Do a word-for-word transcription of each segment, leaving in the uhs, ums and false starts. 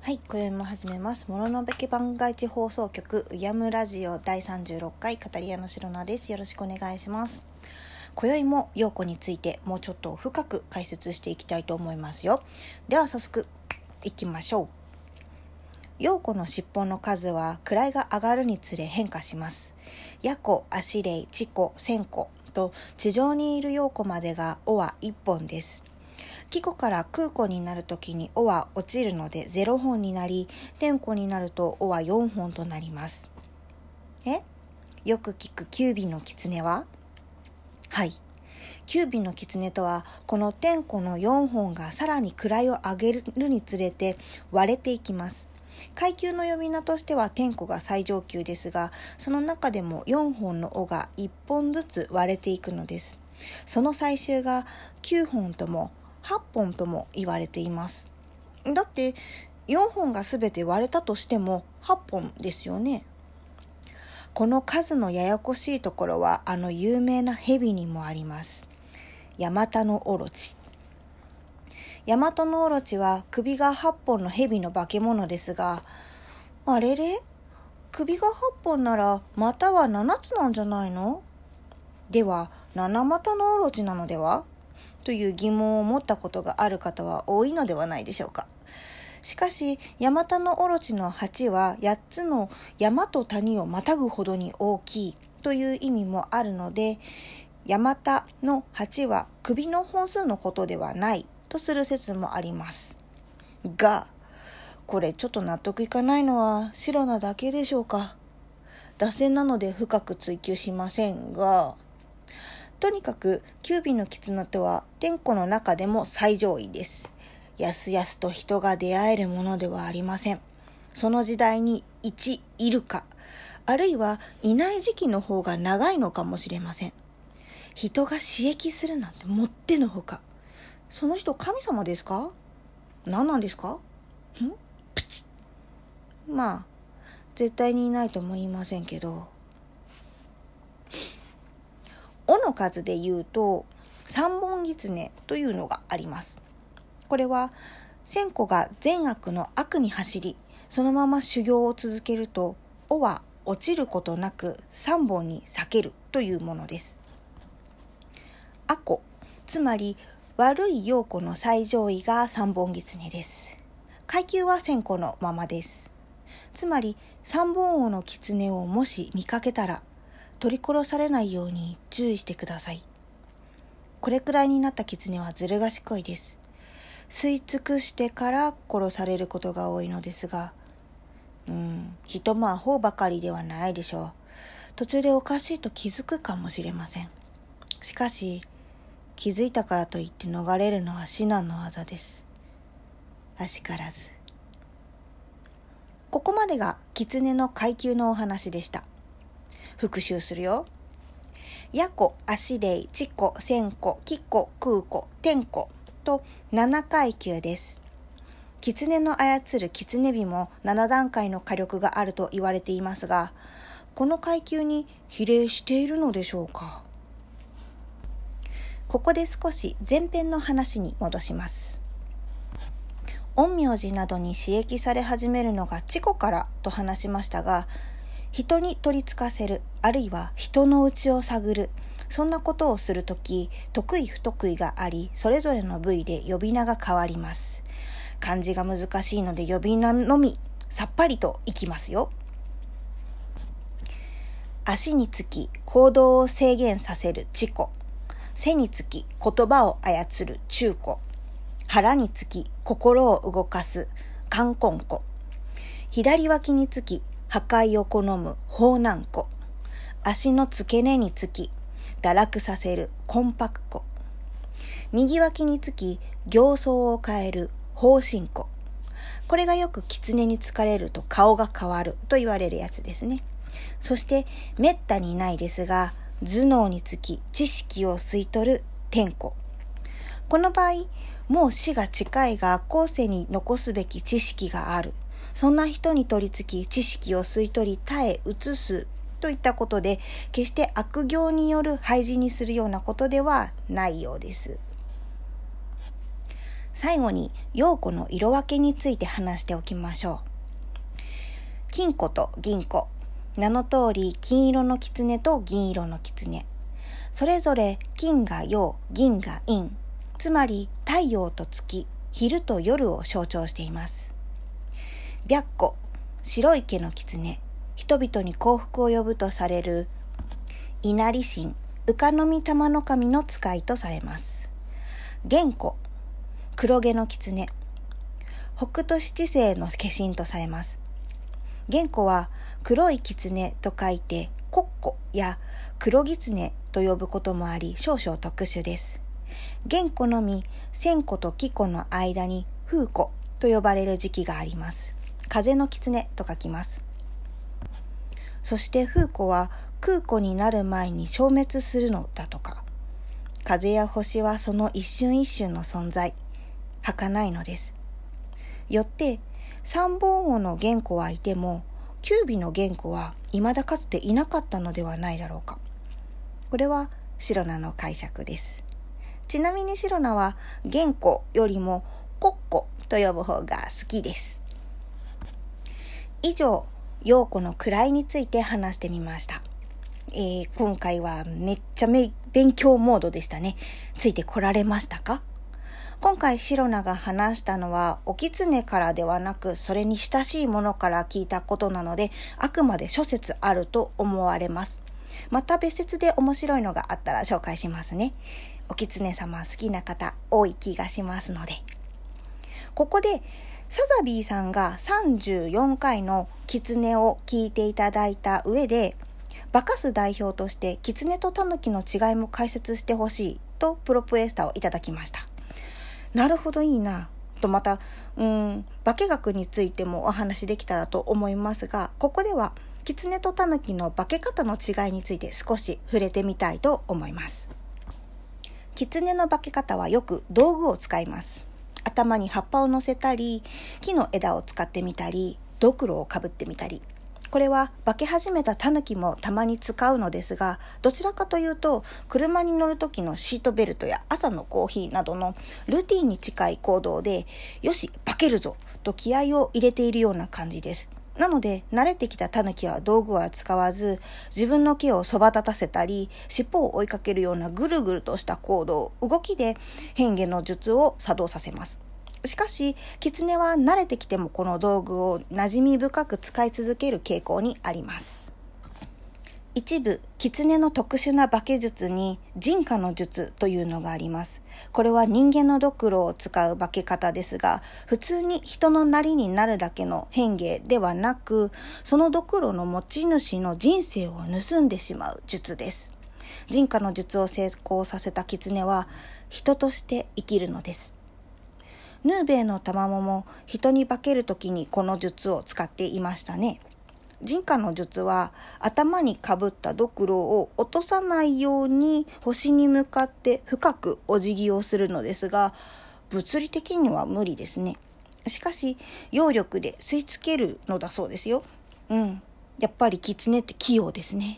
はい、今宵も始めます。諸野べ番外地放送局うやむラジオだいさんじゅうろっかい、語り屋のしろなです。よろしくお願いします。今宵も陽子についてもうちょっと深く解説していきたいと思いますよ。では早速いきましょう。陽子の尻尾の数は位が上がるにつれ変化します。ヤコ、アシレイ、チコ、センコと地上にいる陽子までが尾はいっぽんです。気湖から空湖になるときに尾は落ちるのでゼロほんになり、天湖になると尾はよんほんとなります。えよく聞く九尾の狐は？はい。九尾の狐とは、この天湖のよんほんがさらに位を上げるにつれて割れていきます。階級の呼び名としては天湖が最上級ですが、その中でもよんほんの尾がいっぽんずつ割れていくのです。その最終がきゅうほんともはっぽんとも言われています。だってよんほんがすべて割れたとしてもはっぽんですよね。この数のややこしいところはあの有名な蛇にもあります。ヤマタノオロチ。ヤマタノオロチは首がはっぽんの蛇の化け物ですが、あれれ首がはっぽんなら股はななつなんじゃないの？では七股のオロチなのでは？という疑問を持ったことがある方は多いのではないでしょうか。しかしヤマタノオロチのはちはやっつの山と谷をまたぐほどに大きいという意味もあるので、ヤマタのはちは首の本数のことではないとする説もありますが、これちょっと納得いかないのはシロなだけでしょうか。脱線なので深く追求しませんが、とにかく九尾の狐とは天湖の中でも最上位です。やすやすと人が出会えるものではありません。その時代にいちいるか、あるいはいない時期の方が長いのかもしれません。人が刺激するなんてもってのほか。その人神様ですか？何なんですか？んプチッ。まあ絶対にいないとも言いませんけど、尾の数で言うと三本狐というのがあります。これは千個が善悪の悪に走り、そのまま修行を続けると尾は落ちることなく三本に裂けるというものです。悪子、つまり悪い陽子の最上位が三本狐です。階級は千個のままです。つまり三本尾の狐をもし見かけたら取り殺されないように注意してください。これくらいになった狐はずる賢いです。吸い尽くしてから殺されることが多いのですが、うーん、人もアホばかりではないでしょう。途中でおかしいと気づくかもしれません。しかし、気づいたからといって逃れるのは至難の業です。あしからず。ここまでが狐の階級のお話でした。復習するよ。ヤコ、アシレイ、チコ、センコ、キコ、クーコ、テンコとななかいきゅうです。狐の操る狐火もななだんかいの火力があると言われていますが、この階級に比例しているのでしょうか。ここで少し前編の話に戻します。陰陽師などに刺激され始めるのがチコからと話しましたが、人に取りつかせる、あるいは人の内を探る、そんなことをするとき、得意不得意があり、それぞれの部位で呼び名が変わります。漢字が難しいので呼び名のみさっぱりといきますよ。足につき行動を制限させるチコ、背につき言葉を操る中コ、腹につき心を動かすカコンコ、左脇につき破壊を好む法難子、足の付け根につき堕落させる魂魄子、右脇につき形相を変える法神子。これがよく狐につかれると顔が変わると言われるやつですね。そしてめったにないですが、頭脳につき知識を吸い取る天子。この場合、もう死が近いが後世に残すべき知識がある、そんな人に取り付き知識を吸い取り他へ移すといったことで、決して悪行による廃寺にするようなことではないようです。 最後に陽子の色分けについて話しておきましょう。金子と銀子、名の通り金色の狐と銀色の狐、それぞれ金が陽、銀が陰、つまり太陽と月、昼と夜を象徴しています。白虎、白い毛の狐、人々に幸福を呼ぶとされる稲荷神、羽神玉の神の使いとされます。玄子、黒毛の狐、北斗七星の化身とされます。玄子は黒い狐と書いて国子や黒狐と呼ぶこともあり、少々特殊です。玄子のみ千子と貴子の間に風子と呼ばれる時期があります。風の狐と書きます。そして風子は空子になる前に消滅するのだとか。風や星はその一瞬一瞬の存在、儚いのです。よって三本尾の玄子はいても、九尾の玄子は未だかつていなかったのではないだろうか。これはシロナの解釈です。ちなみにシロナは玄子よりも国子と呼ぶ方が好きです。以上、陽子の位について話してみました。えー、今回はめっちゃめ勉強モードでしたね。ついてこられましたか？今回シロナが話したのはお狐からではなく、それに親しいものから聞いたことなので、あくまで諸説あると思われます。また別説で面白いのがあったら紹介しますね。お狐様好きな方多い気がしますので。ここでサザビーさんがさんじゅうよんかいの狐を聞いていただいた上で、バカス代表として狐とタヌキの違いも解説してほしいとプロプエスタをいただきました。なるほど、いいなと、またうーん化学についてもお話できたらと思いますが、ここでは狐とタヌキの化け方の違いについて少し触れてみたいと思います。狐の化け方はよく道具を使います。頭に葉っぱを乗せたり、木の枝を使ってみたり、ドクロをかぶってみたり、これは化け始めたタヌキもたまに使うのですが、どちらかというと車に乗る時のシートベルトや朝のコーヒーなどのルーティンに近い行動で、よし化けるぞと気合を入れているような感じです。なので慣れてきたタヌキは道具は使わず、自分の毛をそば立たせたり、尻尾を追いかけるようなぐるぐるとした行動、動きで変化の術を作動させます。しかし、狐は慣れてきてもこの道具を馴染み深く使い続ける傾向にあります。一部、狐の特殊な化け術に人化の術というのがあります。これは人間のドクロを使う化け方ですが、普通に人のなりになるだけの変化ではなく、そのドクロの持ち主の人生を盗んでしまう術です。人化の術を成功させた狐は人として生きるのです。ヌーベイの卵も人に化けるときにこの術を使っていましたね。人化の術は頭にかぶったドクロを落とさないように星に向かって深くお辞儀をするのですが、物理的には無理ですね。しかし揚力で吸い付けるのだそうですよ。うん、やっぱり狐って器用ですね。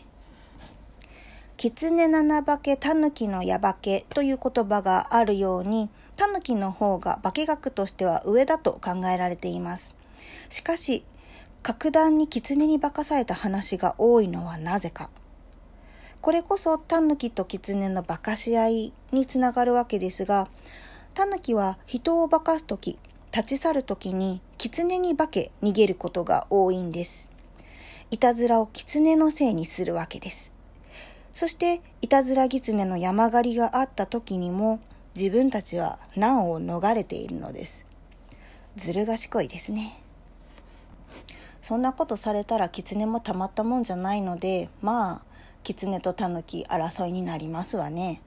狐七化け、タヌキの矢化けという言葉があるように、タヌキの方が化学としては上だと考えられています。しかし、格段に狐に化かされた話が多いのはなぜか。これこそタヌキと狐の化かし合いにつながるわけですが、タヌキは人を化かすとき、立ち去るときに狐に化け逃げることが多いんです。いたずらを狐のせいにするわけです。そして、いたずら狐の山狩りがあったときにも、自分たちは難を逃れているのです。ずる賢いですね。そんなことされたら狐もたまったもんじゃないので、まあ狐とタヌキ争いになりますわね。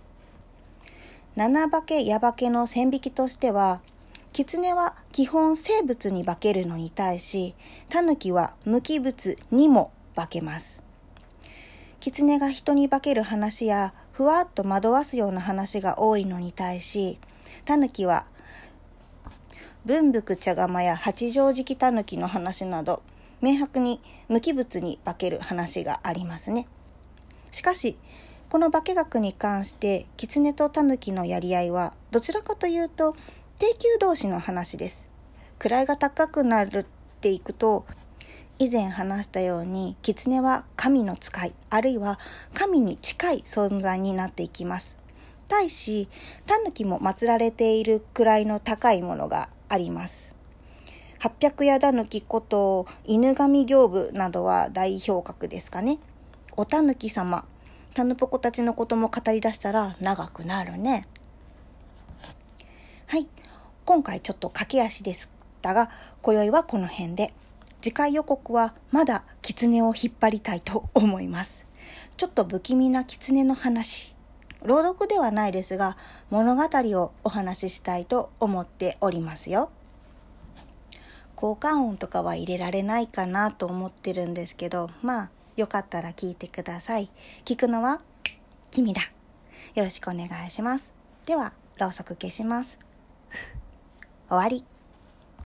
七化け矢化けの線引きとしては、狐は基本生物に化けるのに対し、タヌキは無機物にも化けます。狐が人に化ける話やふわっと惑わすような話が多いのに対し、タヌキは文福茶釜や八丈敷タヌキの話など明白に無機物に化ける話がありますね。しかしこの化学に関して狐とタヌキのやり合いはどちらかというと低級同士の話です。位が高くなるっていくと、以前話したように狐は神の使い、あるいは神に近い存在になっていきます。対し狸も祀られている位の高いものがあります。八百夜狸こと犬神行部などは代表格ですかね。お狸様、タヌポコたちのことも語り出したら長くなるね。はい、今回ちょっと駆け足でしたが、今宵はこの辺で。次回予告はまだ狐を引っ張りたいと思います。ちょっと不気味な狐の話、朗読ではないですが物語をお話ししたいと思っておりますよ。効果音とかは入れられないかなと思ってるんですけど、まあよかったら聞いてください。聞くのは君だ。よろしくお願いします。ではろうそく消します。終わり。